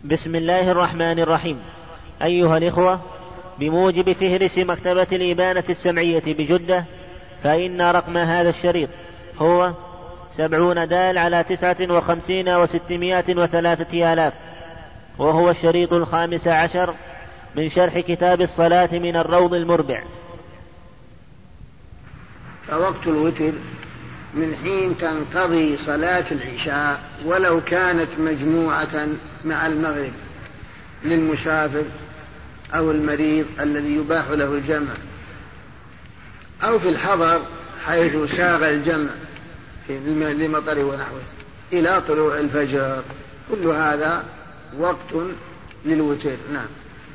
بسم الله الرحمن الرحيم. أيها الإخوة، بموجب فهرس مكتبة الإبانة السمعية بجدة، فإن رقم هذا الشريط هو 70 دال على 59 و603 آلاف، وهو الشريط 15 من شرح كتاب الصلاة من الروض المربع. فوقت الوتر من حين تنقضي صلاة العشاء ولو كانت مجموعة مع المغرب للمسافر أو المريض الذي يباح له الجمع، أو في الحضر حيث ساغ الجمع لمطر ونحوه إلى طلوع الفجر، كل هذا وقت للوتر. نعم.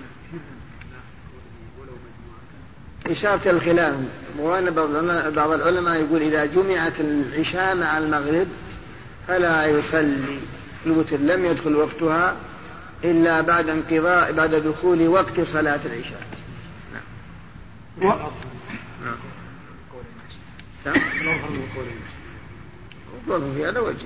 إشارة الخلاف، وأن بعض العلماء يقول إذا جمعت العشاء مع المغرب فلا يصلي الوتر، لم يدخل وقتها إلا بعد دخول وقت صلاة العشاء. في هذا وجه.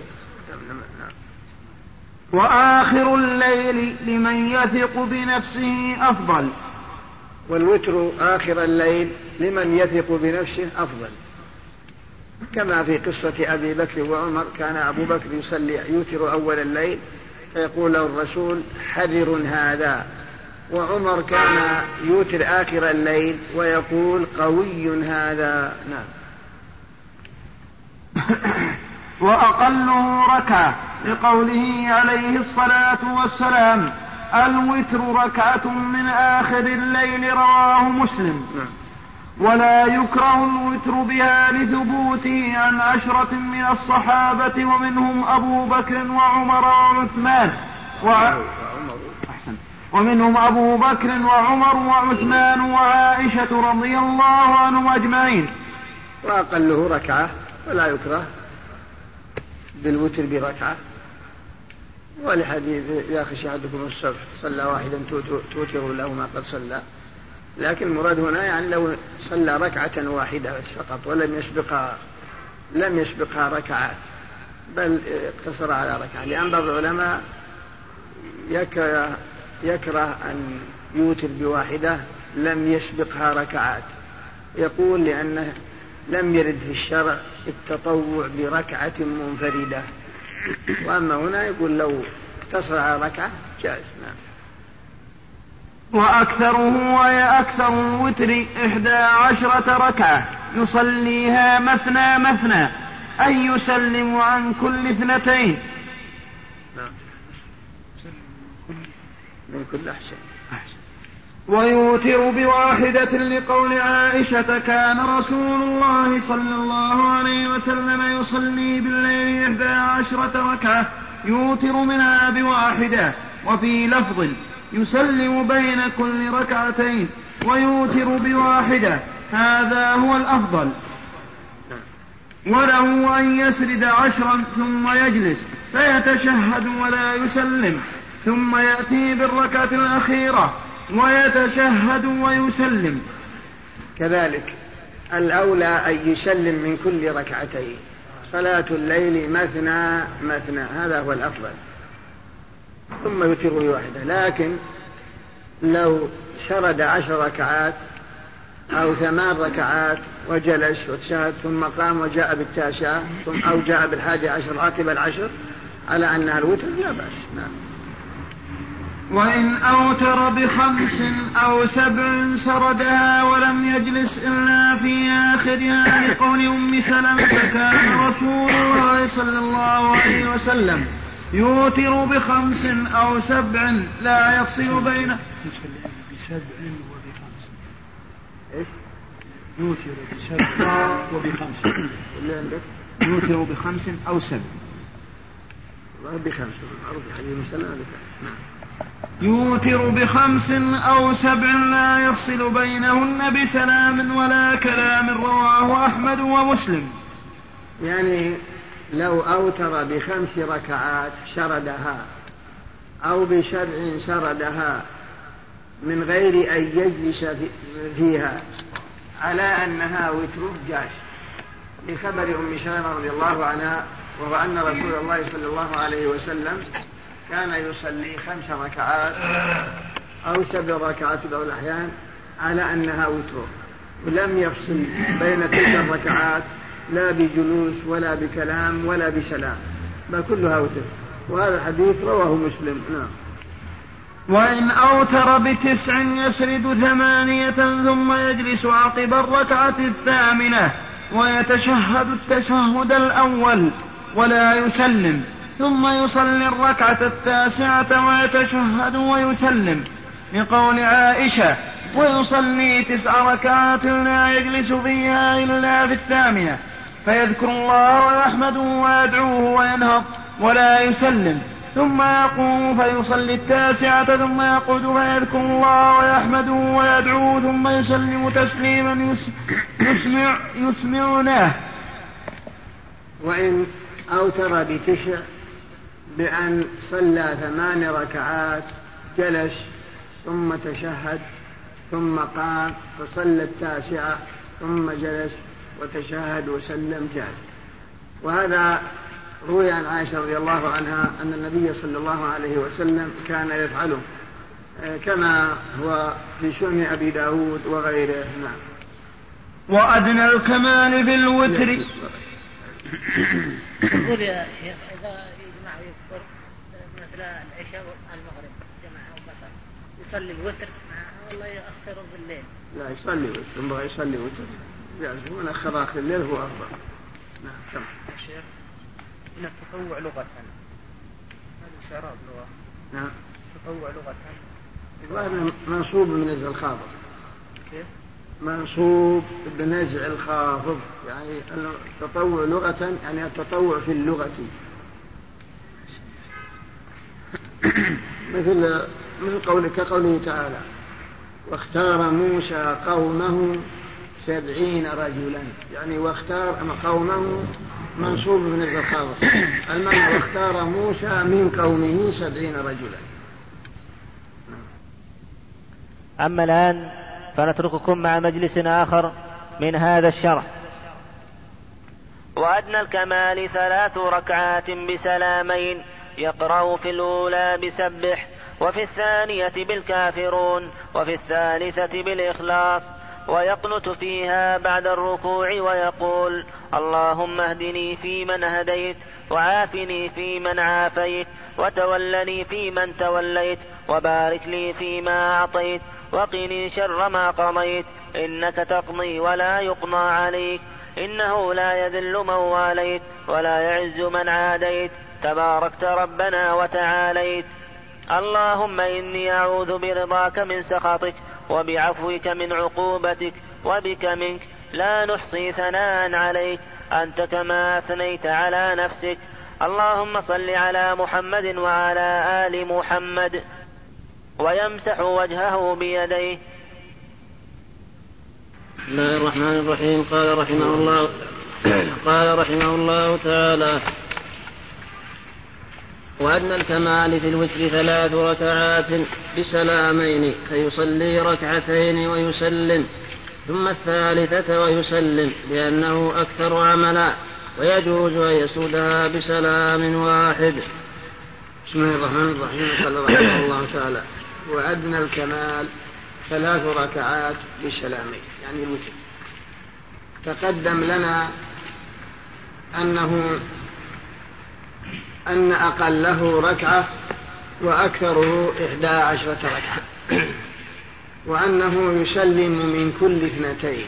وآخر الليل لمن يثق بنفسه أفضل. والوتر آخر الليل لمن يثق بنفسه أفضل، كما في قصة أبي بكر وعمر. كان أبو بكر يصلي يوتر أول الليل فيقول له الرسول حذر هذا، وعمر كان يوتر آخر الليل ويقول قوي هذا. نعم. وأقله ركعة لقوله عليه الصلاة والسلام الوتر ركعة من آخر الليل، رواه مسلم. ولا يكره الوتر بها لثبوته عن 10 من الصحابة، ومنهم أبو بكر وعمر وعثمان ومنهم أبو بكر وعمر وعثمان وعائشة رضي الله عنهم أجمعين. وأقله ركعة، ولا يكره بالوتر بركعة، ولحديث إذا خشي أحدكم الصبح صلى واحدا توتر له ما قد صلى. لكن المراد هنا يعني لو صلى ركعة واحدة فقط ولم يسبقها ركعات، بل اقتصر على ركعة، لأن بعض العلماء يكره أن يوتر بواحدة لم يسبقها ركعات، يقول لأنه لم يرد في الشرع التطوع بركعة منفردة، وأما هنا يقول لو اقتصر على ركعة جائز. نعم. وأكثره وهي أكثر الوتر 11 ركعة يصليها مثنى مثنى، أي يسلم عن كل 2. نعم. من كل أحسن. ويوتر بواحدة لقول عائشة كان رسول الله صلى الله عليه وسلم يصلي بالليل 11 ركعة يوتر منها بواحدة. وفي لفظ يسلم بين كل ركعتين ويوتر بواحدة، هذا هو الأفضل. وله أن يسرد 10 ثم يجلس فيتشهد ولا يسلم، ثم يأتي بالركعة الأخيرة ويتشهد ويسلم. كذلك الأولى أن يسلم من كل ركعتين. صلاة الليل مثنى مثنى، هذا هو الأفضل، ثم يوتر بواحدة. لكن لو سرد 10 ركعات أو 8 ركعات وجلس وتشهد ثم قام وجاء بالتاسعة أو جاء بال11 عقب 10 على أنها الوتر لا بأس. نعم. وإن أوتر ب5 أو 7 سردها ولم يجلس إلا في آخرها، لقول أم سلمة كان رسول الله صلى الله عليه وسلم يوتر ب5 أو 7 لا يفصل بين ب7 وب5. يوتر ب7 وب5. يوتر ب5 أو 7. يوتر ب5 أو 7 لا يفصل بينهن بسلام ولا كلام، رواه أحمد ومسلم. يعني لو أوتر ب5 ركعات شردها أو ب7 شردها من غير أن يجلس فيها على أنها وتر جاش، لخبر أم سلمة رضي الله عنها، وهو أن رسول الله صلى الله عليه وسلم كان يصلي 5 ركعات أو 7 ركعات بعض الأحيان على أنها وتر، ولم يفصل بين تلك الركعات لا بجلوس ولا بكلام ولا بسلام، بل كلها وتر. وهذا الحديث رواه مسلم. نعم. وإن أوتر ب9 يسرد 8 ثم يجلس عقب الركعة 8 ويتشهد التشهد الأول ولا يسلم، ثم يصلي الركعة 9 ويتشهد ويسلم، لقول عائشة: ويصلي 9 ركعات لا يجلس فيها إلا في 8 فيذكر الله ويحمده ويدعوه وينهض ولا يسلم، ثم يقوم فيصلي 9 ثم يقعد فيذكر الله ويحمده ويدعوه ثم يسلم تسليما يسمعونه. وإن أوتر ب9 بأن صلى 8 ركعات جلس ثم تشهد ثم قام فصلى 9 ثم جلس وتشهد وسلم جاز. وهذا روي عن عائشة رضي الله عنها أن النبي صلى الله عليه وسلم كان يفعله، كما هو في سنن أبي داود وغيره. نعم. وأدنى الكمال في الوتر. يقول يا شيخ إذا يجمع ويكفر مثل العشاء والمغرب جماعة وبصر يصلي الوتر والله يأخر بالليل. لا يصلي وتر، ينبغي يصلي وتر، يعني من أخر آخر الليل هو أفضل. نعم. تمام. الشيخ من التطوع لغة هذا شراب لغة. نعم. التطوع لغة منصوب بنزع الخافض. كيف؟ منصوب بنزع الخافض، يعني التطوع لغة يعني التطوع في اللغة، مثل قوله تعالى: واختار موسى قومه 70 رجلا، يعني واختار قومه منصوب بنزع الخافض، المعنى واختار موسى من قومه 70 رجلا. أما الآن فنترككم مع مجلس آخر من هذا الشرح. وأدنى الكمال 3 ركعات بسلامين، يقرأ في الأولى بسبح، وفي الثانية بالكافرون، وفي الثالثة بالإخلاص، ويقنت فيها بعد الركوع ويقول: اللهم اهدني فيمن هديت، وعافني فيمن عافيت، وتولني فيمن توليت، وبارك لي فيما أعطيت، وقني شر ما قضيت، إنك تقضي ولا يقضى عليك، إنه لا يذل من واليت ولا يعز من عاديت، تباركت ربنا وتعاليت. اللهم إني أعوذ برضاك من سخطك، وبعفوك من عقوبتك، وبك منك، لا نحصي ثناء عليك، أنت كما أثنيت على نفسك. اللهم صل على محمد وعلى آل محمد. ويمسح وجهه بيديه. بسم الله الرحمن الرحيم. قال رحمه الله تعالى: وأدنى الكمال في الوتر 3 ركعات بسلامين، فيصلي 2 ويسلم، ثم 3 ويسلم، لأنه أكثر عملا، ويجوز أن يسودها بسلام واحد. بسم الله الرحمن الرحيم. قال رحمه الله تعالى: وأدنى الكمال 3 ركعات بسلامين، يعني الوتر. تقدم لنا أن أقله ركعة وأكثره 11 ركعة، وأنه يسلم من كل 2.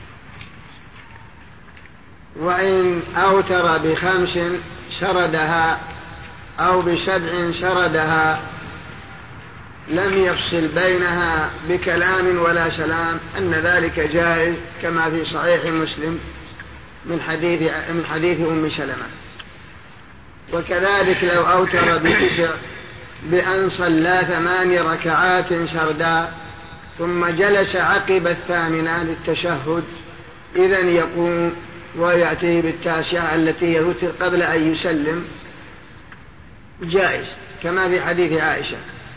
وإن أوتر ب5 شردها أو ب7 شردها لم يفصل بينها بكلام ولا سلام، أن ذلك جائز، كما في صحيح مسلم من حديث أم سلمة. وكذلك لو أوتر ب9 بأن صلى 8 ركعات سردا ثم جلس عقب 8 للتشهد، إذن يقوم ويأتي ب9 التي هي الوتر قبل أن يسلم، جائز، كما في حديث عائشة.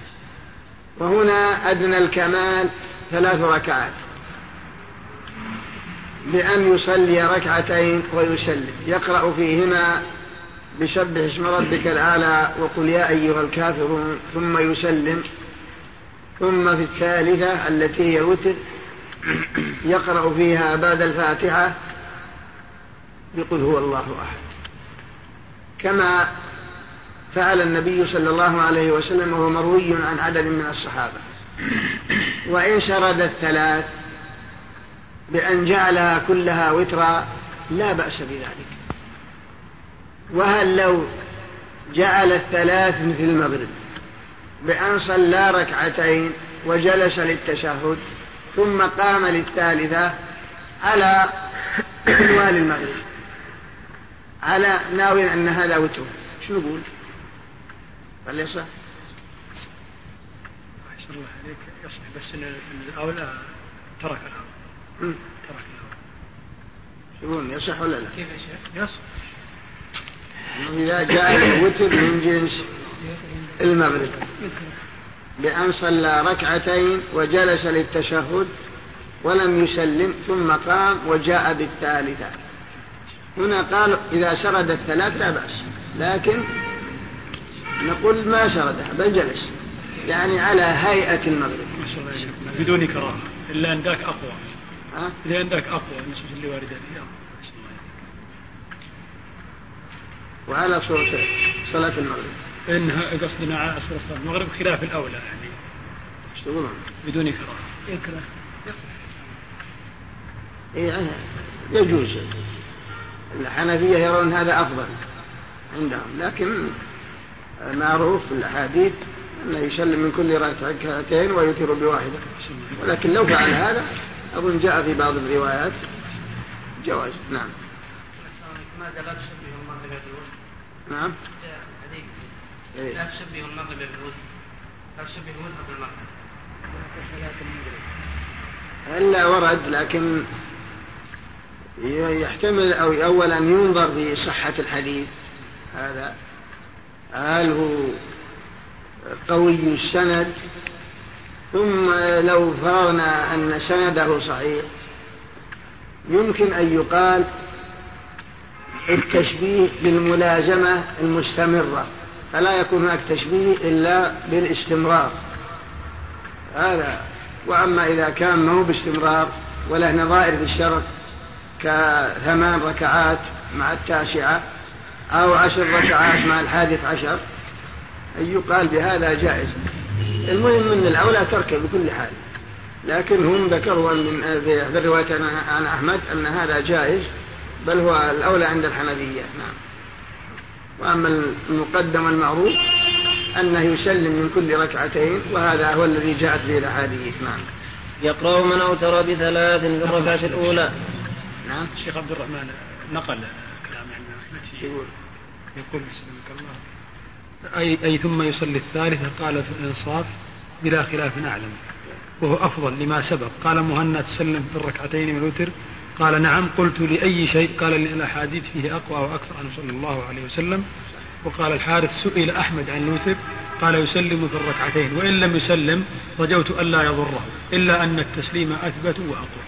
وهنا أدنى الكمال 3 ركعات بأن يصلي 2 ويسلم، يقرأ فيهما بسبح اسم ربك الأعلى وقل يا أيها الكافرون ثم يسلم. ثم في الثالثة التي هي الوتر يقرأ فيها بعد الفاتحة بقل هو الله أحد، كما فعل النبي صلى الله عليه وسلم وهو مروي عن عدد من الصحابة. وإن شرد الثلاث بأن جعلها كلها وترا لا بأس بذلك. وهل لو جعل الثلاث مثل المغرب بأن صلى ركعتين وجلس للتشهد ثم قام للثالثة على منوال المغرب على ناوي أن هذا وتر، شو نقول؟ قال لي صح. أحسن الله عليك، يصح بس إن الأولى ترك الأول. ترك الأول. شو يصح ولا لا؟ كيف يا شيخ؟ يصح. إذا جاء الوتر من جنس المغرب بأن صلى ركعتين وجلس للتشهد ولم يسلم ثم قام وجاء بالثالثة، هنا قال إذا شرد الثلاث لا بأس، لكن نقول ما شرده بل جلس، يعني على هيئة المغرب بدون كراهة، إلا أن ذاك أقوى. إذا أن ذاك أقوى النصوص اللي واردة فيها. وعلى صلاة المغرب إنها قصدنا على صلاة المغرب خلاف الأولى، يعني بدون كراهة. يكره يصح. يعني يجوز. الحنفية يرون هذا أفضل عندهم، لكن معروف في الأحاديث أنه يسلم من كل ركعتين ويوتر بواحدة، ولكن لو فعل هذا أظن جاء في بعض الروايات جواز. نعم. نعم. لا تشبه المغرب بالوتر، لا تشبه الوتر بالمغرب. إلا ورد، لكن يحتمل أو أولا ينظر في صحة الحديث هذا، هل هو قوي السند، ثم لو فرضنا أن سنده صحيح يمكن أن يقال التشبيه بالملازمة المستمرة، فلا يكون هناك تشبيه إلا بالاستمرار هذا. وأما إذا كان ما هو باستمرار وله نظائر في الشرع ك8 ركعات مع 9 أو 10 ركعات مع 11 أن يقال بهذا جائز. المهم من الأولى تركه بكل حال، لكن هم ذكروا في إحدى الروايات عن أحمد أن هذا جائز، بل هو الأولى عند الحنفية. نعم. وأما المقدم المعروف أنه يسلم من كل ركعتين، وهذا هو الذي جاءت به الأحاديث. نعم. يقرأ من أوتر بثلاث في الركعة الأولى. نعم. الشيخ عبد الرحمن نقل كلام عن أحمد يقول بسلمك الله أي ثم يصلي الثالثة، قال في الإنصاف بلا خلاف أعلم وهو أفضل لما سبق. قال مهند تسلم في الركعتين من الوتر، قال نعم. قلت لأي شيء؟ قال الأحاديث فيه أقوى وأكثر عنه صلى الله عليه وسلم. وقال الحارث سئل أحمد عن الوتر قال يسلم في الركعتين، وإن لم يسلم رجوت ألا يضره، إلا أن التسليم أثبت وأقوى.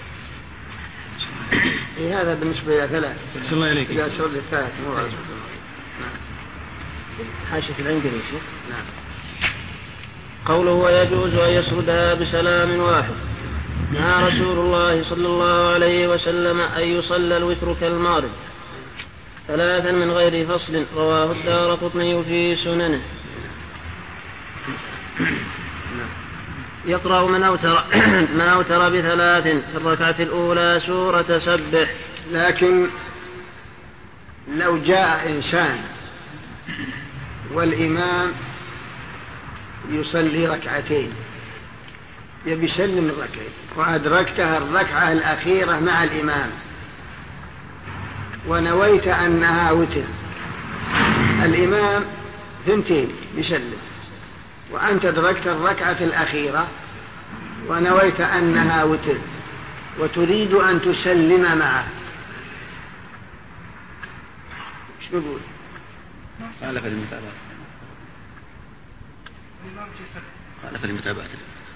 هذا بالنسبة إلى ثلاث. صلى الله عليك. إذا شرد الثالث مو عارف. حاشية العنقري. نعم. قوله ويجوز أن يسردها بسلام واحد. نهى رسول الله صلى الله عليه وسلم أن يصلى الوتر كالمغرب 3 من غير فصل. رواه الدارقطني في سننه. يقرأ من أوتر ب3 في الركعة الأولى سورة سبح. لكن لو جاء إنسان والإمام يصلي ركعتين يبي يسلم الركعتين وأدركتها الركعة الأخيرة مع الإمام ونويت أنها وتر، الإمام 2 يسلم وأنت أدركت الركعة الأخيرة ونويت أنها وتر وتريد أن تسلم معه، شو نقول؟ قال في المتابعة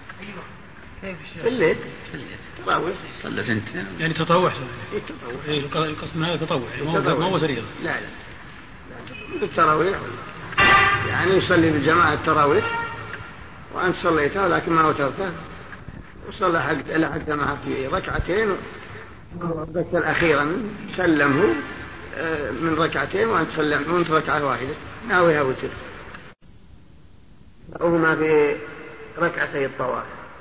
في الليل تطوع صلى 2 يعني تطوع. القسم هذا تطوع ما هو فريضة. لا بالتراويح يعني يصلي بالجماعة التراويح وأنت صليتها لكن ما وترته وصلى لحقت معه في ركعتين وذكر أخيرا سلمه من ركعتين وأنت سلمت وأنت ركعة واحدة ناويها وتر وهما في ركعتي الطواف.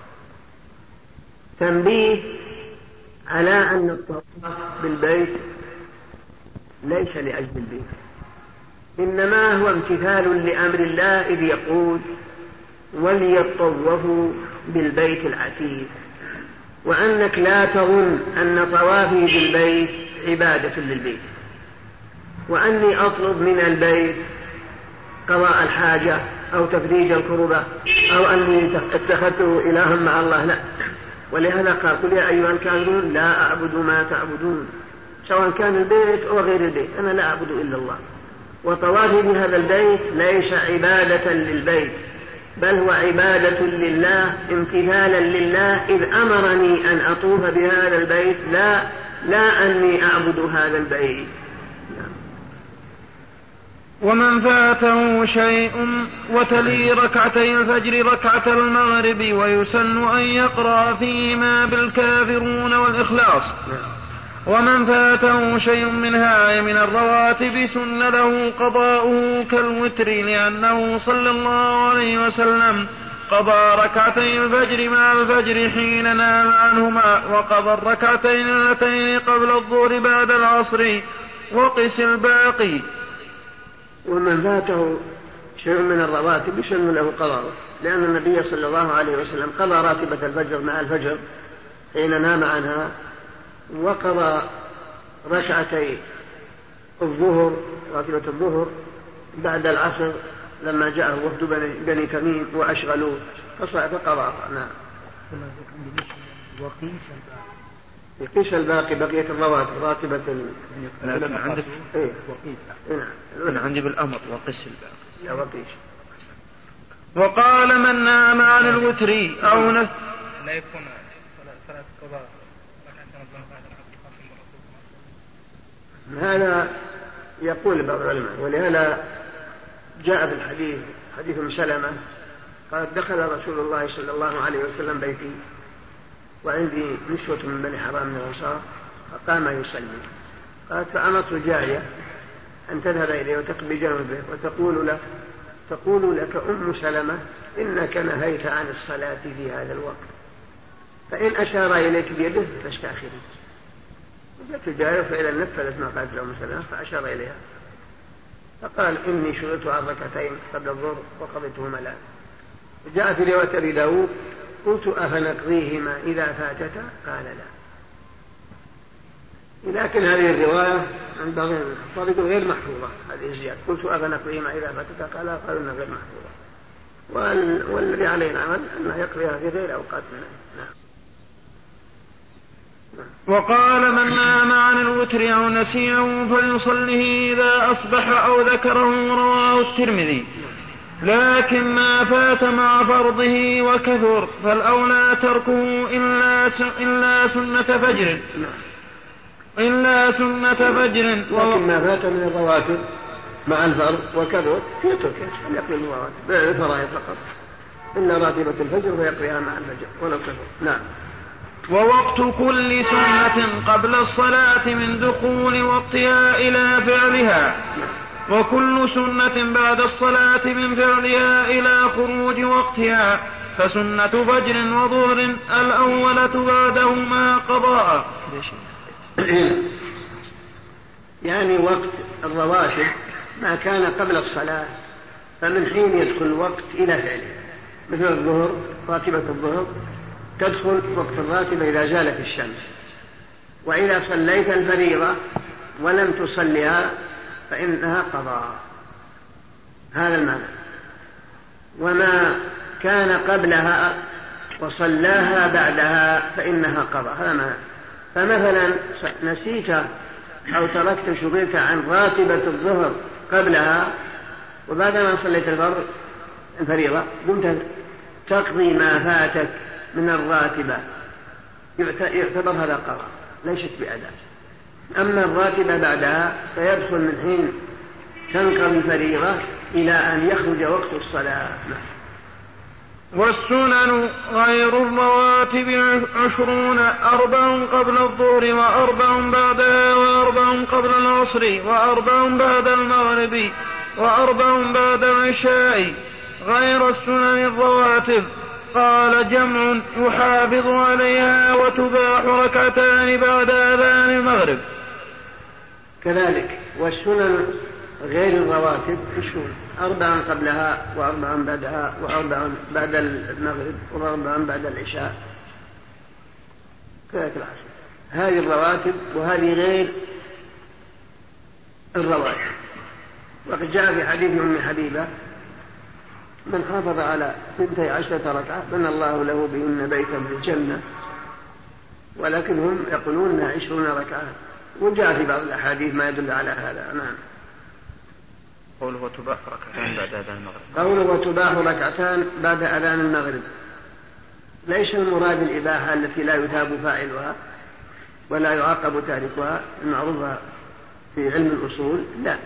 تنبيه على أن الطواف بالبيت ليس لأجل البيت، إنما هو امتثال لأمر الله إذ يقول وليطوفوا بالبيت العتيق، وأنك لا تظن أن طوافي بالبيت عبادة للبيت، وأني أطلب من البيت قضاء الحاجة أو تفريج الكربة أو أني اتخذته إلها مع الله، لا. ولهذا قال قل يا أيها الكافرون لا أعبد ما تعبدون، سواء كان البيت أو غير البيت، أنا لا أعبد إلا الله. وطوافي بهذا البيت ليس عبادة للبيت، بل هو عبادة لله امتثالا لله إذ أمرني أن أطوف بهذا البيت، لا أني أعبد هذا البيت. ومن فاته شيء وتلي ركعتي الفجر ركعة المغرب ويسن أن يقرأ فيهما بالكافرون والإخلاص. ومن فاته شيء منها من الرواتب سن له قضاؤه كالوتر، لأنه صلى الله عليه وسلم قضى ركعتي الفجر مع الفجر حين نام عنهما، وقضى الركعتين اللتين قبل الظهر بعد العصر، وقس الباقي. ومن فاته شيء من الرواتب يسن له قضاؤه، لأن النبي صلى الله عليه وسلم قضى راتبة الفجر مع الفجر حين نام عنها، وقضى ركعتي الظهر راتبة الظهر بعد العصر لما جاءه وفد بني تميم وأشغلوه فقضى. نعم. يقيس الباقي بقية الرواتب راتبة عندك إيه؟ أنا عندي بالأمر وقس الباقي. وقال من نام عن الوتر أو لا يكون صلاة قضاء. هذا يقول بعض العلماء، ولهذا جاء بالحديث حديث سلمة قال دخل رسول الله صلى الله عليه وسلم بيتي وعندي نسوة من بني حرام من الأنصار، فقام يصلي، قالت فأمرت الجارية أن تذهب إليه وتقضي جنبه وتقول لك أم سلمة إنك نهيت عن الصلاة في هذا الوقت، فإن أشار إليك بيده فاستأخري. وجاءت الجارية فإذا نفذت ما قالت لأم سلمة فأشار إليها فقال إني شغلت عن ركعتين قبل الظهر وقضيتهما الآن. جاء في رواية أبي داود قلت أفنقضيهما إذا فاتتا؟ قال لا. لكن هذه الرواية عند بعض الحفاظ غير محفوظة، هذه الزيادة قلت أفنقضيهما إذا فاتتا قالوا إنها غير محفوظة، والذي عليه العمل أنه يقضيها في غير أوقات منها. نعم. وقال من نام عن الوتر أو نسيه فليصله إذا أصبح أو ذكره، رواه الترمذي. لكن ما فات مع فرضه وكثر فالأولى تركه إلا سنة فجر لكن ما فات من الرواتب مع الفرض وكثر يترك يقضي الرواتب الفرائض فقط، إلا راتبة الفجر فيقضيها مع الفجر ولو كثر. نعم. ووقت كل سنة قبل الصلاة من دخول وقتها إلى فعلها، وكل سنة بعد الصلاة من فعلها إلى خروج وقتها، فسنة فجر وظهر الأولة بعدهما قضاء. يعني وقت الرواتب ما كان قبل الصلاة فمن حين يدخل الوقت إلى فعله، مثل الظهر راتبة الظهر تدخل وقت الراتبة إذا زالت الشمس، وإذا صليت الفريضة ولم تصليها فإنها قضاء، هذا المعنى. وما كان قبلها وصلاها بعدها فإنها قضاء، هذا معنى. فمثلا نسيت أو تركت شغلت عن راتبة الظهر قبلها وبعدما صليت الفريضة قمت تقضي ما فاتك من الراتبة، يعتبر هذا قضاء ليست بأداء. أما الراتبة بعدها فيدخل من حين تنقضي فريضة إلى أن يخرج وقت الصلاة. والسنن غير الرواتب 20 4 قبل الظهر 4 بعدها 4 قبل العصر 4 بعد المغرب 4 بعد العشاء غير السنن الرواتب. قال جمع يحافظ عليها وتباح 2 ركعتان بعد أذان المغرب. كذلك والسنن غير الرواتب 4 قبلها 4 بعدها 4 بعد المغرب 4 بعد العشاء كذلك العصر. هذه الرواتب وهذه غير الرواتب. وقد جاء في حديث أم حبيبة من حافظ على 12 ركعة بنى الله له بهن بيتا في الجنة، ولكن هم يقولون 20 ركعة، وجاء في بعض الأحاديث ما يدل على هذا. نعم. قوله وتباح 2 ركعتان بعد أذان المغرب. قوله وتباح 2 ركعتان بعد أذان المغرب ليس المراد الإباحة التي لا يثاب فاعلها ولا يعاقب تاركها المعروفة في علم الأصول، لا،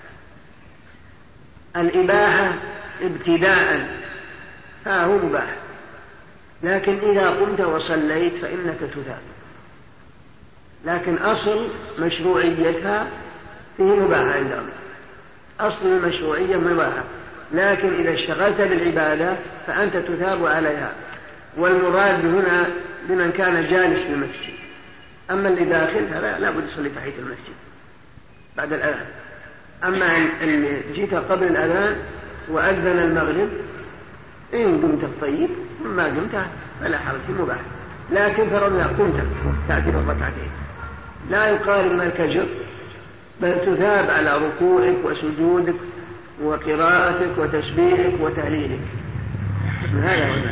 الإباحة ابتداء هو مباح، لكن إذا قمت وصليت فإنك تثاب، لكن أصل مشروعيتها فيه مباحة عندهم، أصل المشروعية مباحة، لكن إذا اشتغلت بالعبادة فأنت تثاب عليها. والمراد هنا بمن كان جالس في المسجد، أما اللي داخل فلا بد يصلي تحية المسجد بعد الأذان. أما اللي جيت قبل الأذان وأذن المغرب إن قمت الطيب وما قمت فلا حرج، مباح، لكن فرضنا قمت تأتي الركعتين لا يقال ما الكجر، بل تثاب على ركوعك وسجودك وقراءتك وتسبيحك وتهليلك. هذا هو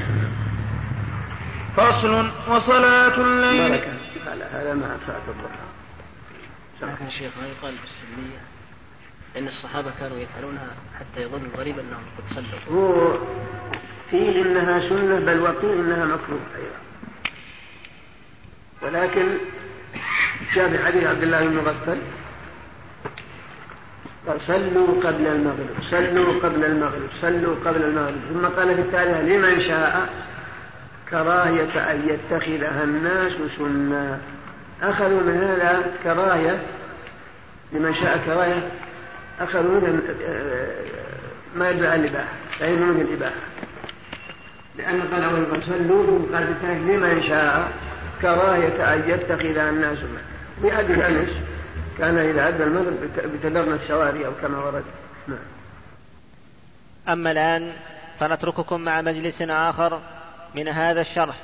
فصل. وصلاة الليل. هذا ما فات الضحى. لكن الشيخ ما يقال بالسنية إن الصحابة كانوا يفعلونها حتى يظن الغريب أنهم قد صلوا. هو قيل إنها سنة بل وقيل إنها مكروه أيضا، ولكن جاء في حديث عبد الله بن مغفل صلوا قبل المغرب صلوا قبل المغرب صلوا قبل المغرب، ثم قال في التالي لمن شاء كراهية أن يتخذها الناس سنة. أخذوا من هذا كراهية، لمن شاء كراهية أخذوا من ما يدعى الإباحة، فإنه من الإباحة، لأن قال أولا صلوا قال في التالي لمن شاء كراهية أن يتخذها الناس سنة. بحديث أنس كان إذا أدى المغرب بتدرنا السواري أو كما ورد. أما الآن فنترككم مع مجلس آخر من هذا الشرح.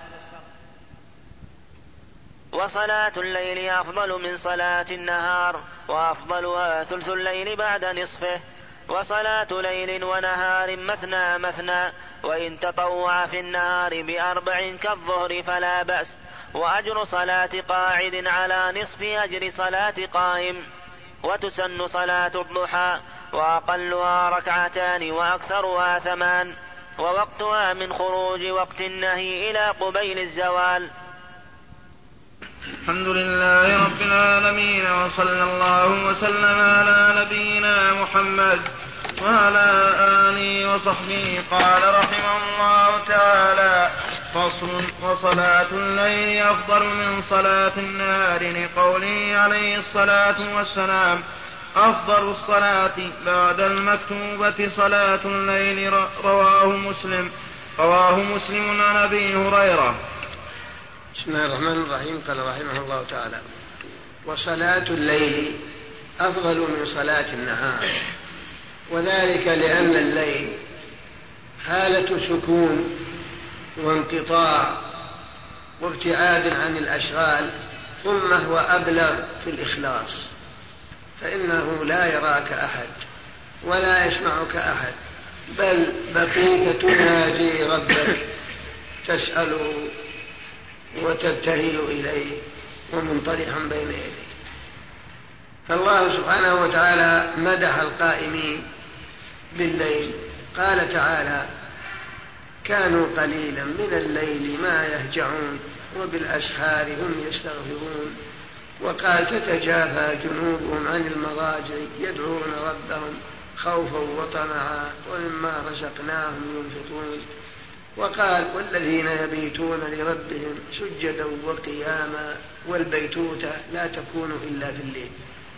وصلاة الليل أفضل من صلاة النهار، وأفضلها ثلث الليل بعد نصفه، وصلاة ليل ونهار مثنى مثنى، وإن تطوع في النهار ب4 كالظهر فلا بأس، وأجر صلاة قاعد على نصف أجر صلاة قائم. وتسن صلاة الضحى، وأقلها 2 ركعتان وأكثرها 8، ووقتها من خروج وقت النهي إلى قبيل الزوال. الحمد لله رب العالمين، وصلى الله وسلم على نبينا محمد وعلى آله وصحبه. قال رحمه الله تعالى: فصل. وصلاة الليل أفضل من صلاة النهار، لقوله عليه الصلاة والسلام: أفضل الصلاة بعد المكتوبة صلاة الليل. رواه مسلم عن أبي هريرة. بسم الله الرحمن الرحيم. قال رحمه الله تعالى: وصلاة الليل أفضل من صلاة النهار، وذلك لأن الليل حالة سكون وانقطاع وابتعاد عن الأشغال، ثم هو أبلغ في الإخلاص، فإنه لا يراك أحد ولا يسمعك أحد، بل بقيت تناجي ربك تسأله وتبتهل إليه ومنطرحا بين يديه. فالله سبحانه وتعالى مدح القائمين بالليل، قال تعالى: كانوا قليلا من الليل ما يهجعون وبالأسحار هم يستغفرون. وقال: تتجافى جنوبهم عن المضاجع يدعون ربهم خوفا وطمعا ومما رزقناهم ينفقون. وقال والذين يبيتون لربهم سجدا وقياما والبيتوتة لا تكون إلا في الليل.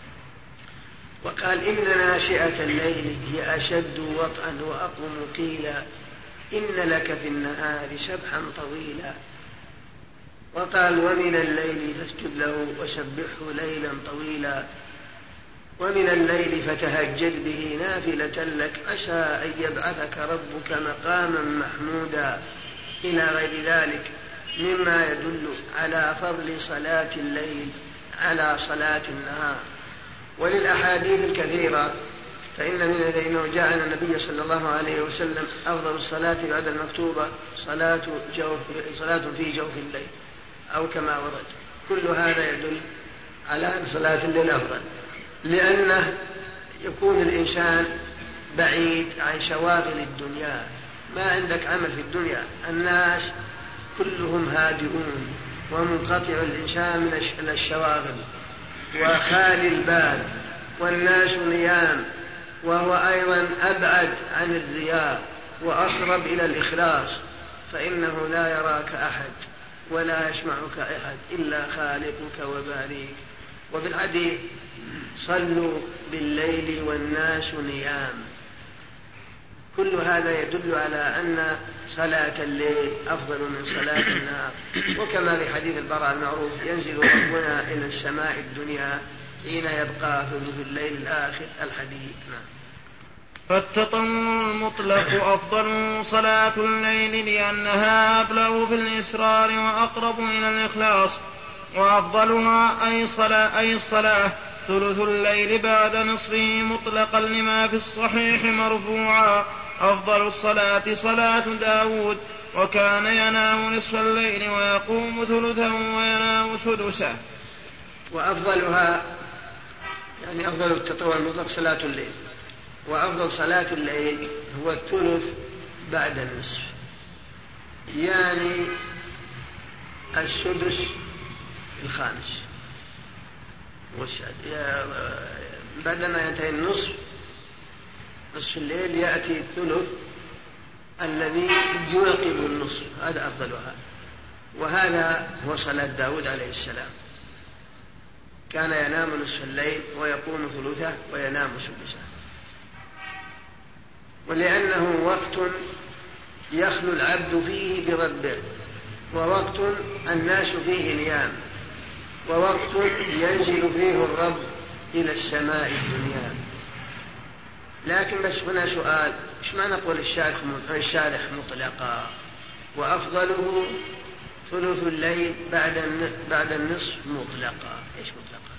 وقال إن ناشئة الليل هي أشد وطئا وأقوم قيلا إن لك في النهار سبحا طويلا. وقال ومن الليل فاسجد له وسبحه ليلا طويلا ومن الليل فتهجد به نافلة لك عسى أن يبعثك ربك مقاما محمودا إلى غير ذلك مما يدل على فضل صلاة الليل على صلاة النهار. وللأحاديث الكثيرة فإنه جاء عن النبي صلى الله عليه وسلم أفضل الصلاة بعد المكتوبة صلاة في جوف الليل أو كما ورد. كل هذا يدل على أن صلاة الليل أفضل، لأنه يكون الإنسان بعيد عن شواغل الدنيا، ما عندك عمل في الدنيا، الناس كلهم هادئون ومنقطع الإنسان من الشواغل وخالي البال، والناس نيام، وهو أيضا أبعد عن الرياء وأقرب إلى الإخلاص، فإنه لا يراك أحد ولا يسمعك أحد إلا خالقك وباريك. وفي الحديث صلوا بالليل والناس نيام. كل هذا يدل على أن صلاة الليل أفضل من صلاة النهار. وكما في حديث البراء المعروف ينزل ربنا إلى السماء الدنيا حين يبقى ثلث الليل الآخر الحديث. فالتطوع المطلق أفضل صلاة الليل لأنها أبلغ في الإسرار وأقرب إلى الإخلاص، وأفضلها أي الصلاة ثلث الليل بعد نصفه مطلقا لما في الصحيح مرفوعا أفضل الصلاة صلاة داود وكان ينام نصف الليل ويقوم ثلثه وينام سدسه. وأفضلها يعني أفضل التطوع المطلق صلاة الليل، وأفضل صلاة الليل هو الثلث بعد النصف، يعني السدس الخامس بعدما ينتهي النصف نصف الليل يأتي الثلث الذي يعقب النصف، هذا أفضلها. وهذا هو صلاة داود عليه السلام، كان ينام نصف الليل ويقوم ثلثه وينام سدسه. ولأنه وقت يخلو العبد فيه بربه، ووقت الناس فيه نيام، ووقت ينزل فيه الرب إلى السماء الدنيا. لكن بس هنا سؤال، ايش ما نقول الشارح مطلقا وأفضله ثلث الليل بعد النصف مطلقا؟ ايش مطلقا؟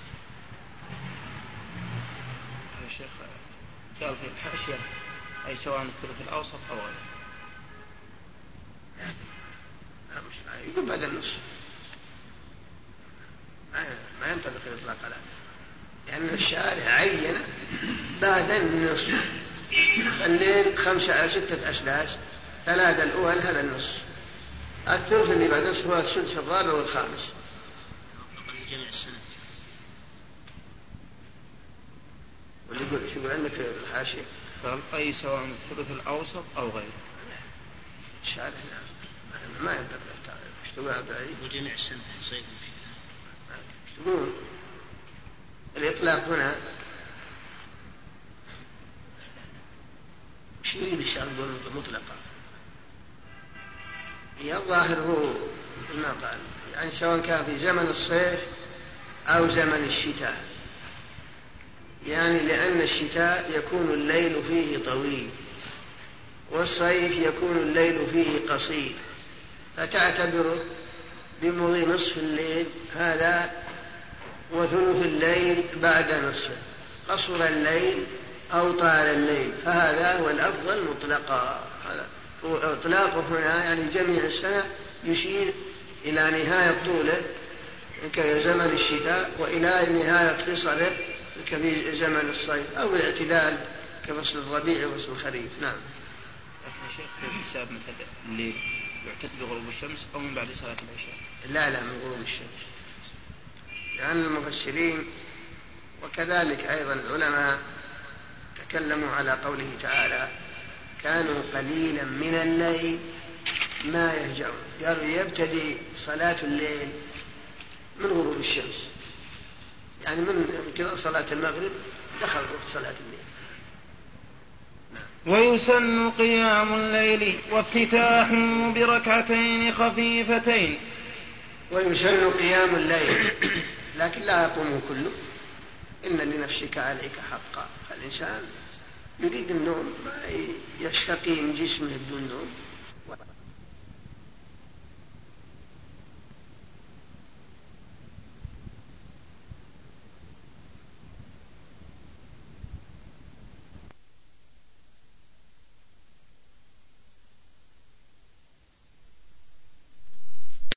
يا شيخ قال في الحاشية أي سواء الثلث الأوسط أو غيره. يقول بعد النصف، ما ينطبق الإطلاق على هذا، لأن الشارع عين بعد النصف. فالليل 5 أو 6 أسداس، 3 الأول هذا النصف، الثلث اللي بعد النصف هو السدس الرابع والخامس. جميع السنة. واللي يقول شو يقول عندك في الحاشية؟ أي سواء الثلث الأوسط أو غيره. الشارع ما ينطبق. ايش تقول عبد العزيز؟ وجميع السنة صيد ايش تقول؟ الإطلاق هنا ايش يريد الشارع يقول مطلقا؟ هي الظاهر هو ما قال، يعني سواء كان في زمن الصيف أو زمن الشتاء، يعني لأن الشتاء يكون الليل فيه طويل والصيف يكون الليل فيه قصير، فتعتبر بمضي نصف الليل هذا وثلث الليل بعد نصفه، قصر الليل أو طال الليل، فهذا هو الأفضل مطلقا. إطلاقه هنا يعني جميع السنة يشير إلى نهاية طوله كزمن الشتاء وإلى نهاية قصره كفي زمن الصيف، أو الاعتدال كفصل الربيع وفصل الخريف. نعم. يا شيخ في حساب مثل الليل يعتد بغروب الشمس أو من بعد صلاة العشاء؟ لا من غروب الشمس، لأن المفسرين وكذلك أيضا العلماء تكلموا على قوله تعالى كانوا قليلا من الليل ما يهجعون، قالوا يبتدي صلاة الليل من غروب الشمس، يعني من كذا صلاة المغرب دخل وقت صلاة الليل. ويسن قيام الليل وافتتاحه بركعتين خفيفتين. ويسن قيام الليل لكن لا يقوم كله، إن لنفسك عليك حقا، فالإنسان يريد النوم ما يستقيم جسمه بدون نوم.